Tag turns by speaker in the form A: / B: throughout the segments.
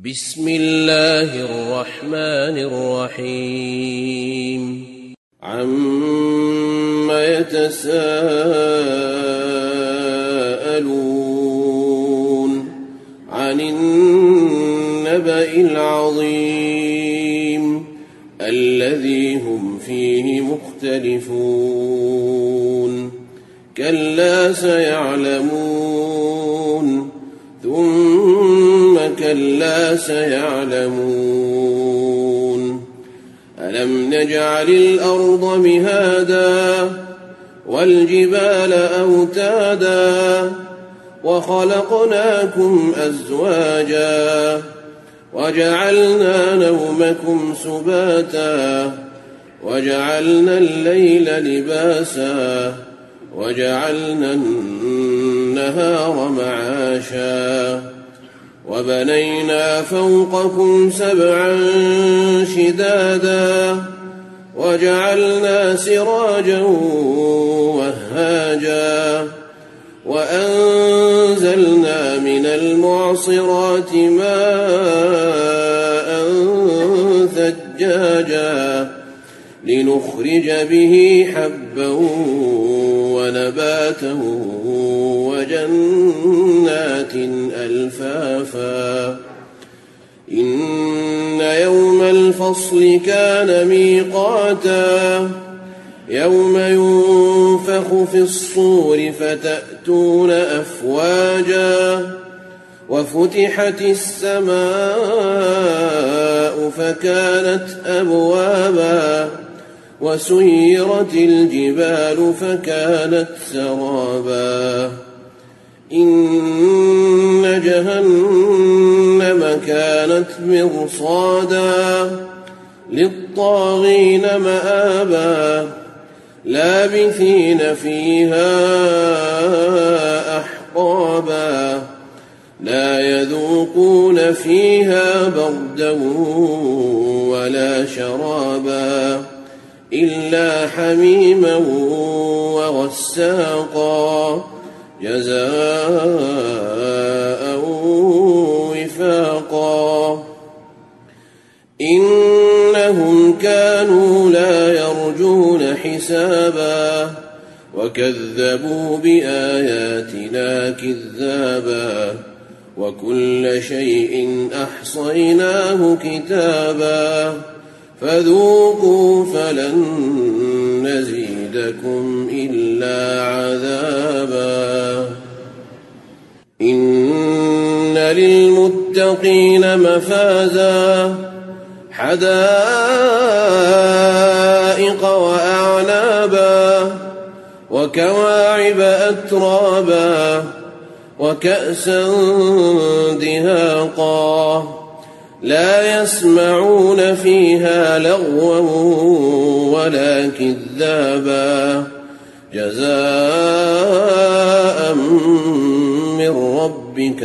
A: بسم الله الرحمن الرحيم عم يتساءلون عن النبأ العظيم الذي هم فيه مختلفون كلا سيعلمون ثم كلا سيعلمون ألم نجعل الأرض مهادا والجبال أوتادا وخلقناكم أزواجا وجعلنا نومكم سباتا وجعلنا الليل لباسا وجعلنا النهار معاشا وبنينا فوقكم سبعا شدادا وجعلنا سراجا وهاجا وأنزلنا من المعصرات ماء ثجاجا لنخرج به حبا ونباتا وجنات ألفافا إن يوم الفصل كان ميقاتا يوم ينفخ في الصور فتأتون أفواجا وفتحت السماء فكانت أبوابا وسيرت الجبال فكانت سرابا إن جهنم كانت مرصادا للطاغين مآبا لابثين فيها أحقابا لا يذوقون فيها بردا ولا شرابا إلا حميما وغساقا جزاء وفاقا إنهم كانوا لا يرجون حسابا وكذبوا بآياتنا كذابا وكل شيء أحصيناه كتابا فذوقوا فلن نزيدكم إلا عذابا إن للمتقين مفازا حدائق وأعنابا وكواعب أترابا وكأسا دهاقا لا يسمعون فيها لغوا ولا كذابا جزاء من ربك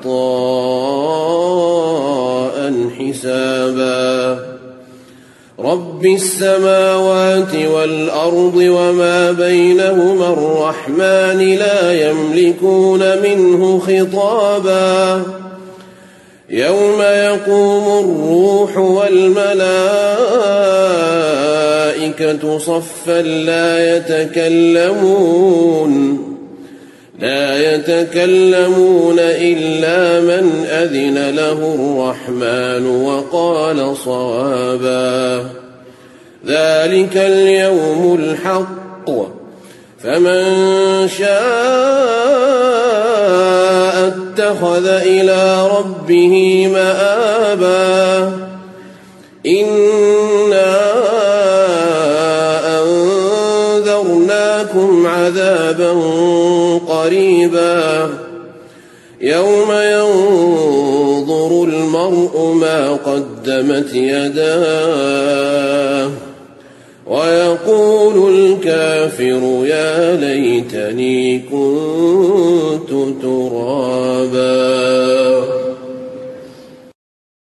A: عطاء حسابا رب السماوات والأرض وما بينهما الرحمن لا يملكون منه خطابا يوم يقوم الروح والملائكة صفا لا يتكلمون إلا من أذن له الرحمن وقال صوابا ذلك اليوم الحق فمن شاء اتخذ إلى ربه مآبا إنا أنذرناكم عذابا قريبا يوم ينظر المرء ما قدمت يداه ويقول الكافر يا ليتني كنت ترابا.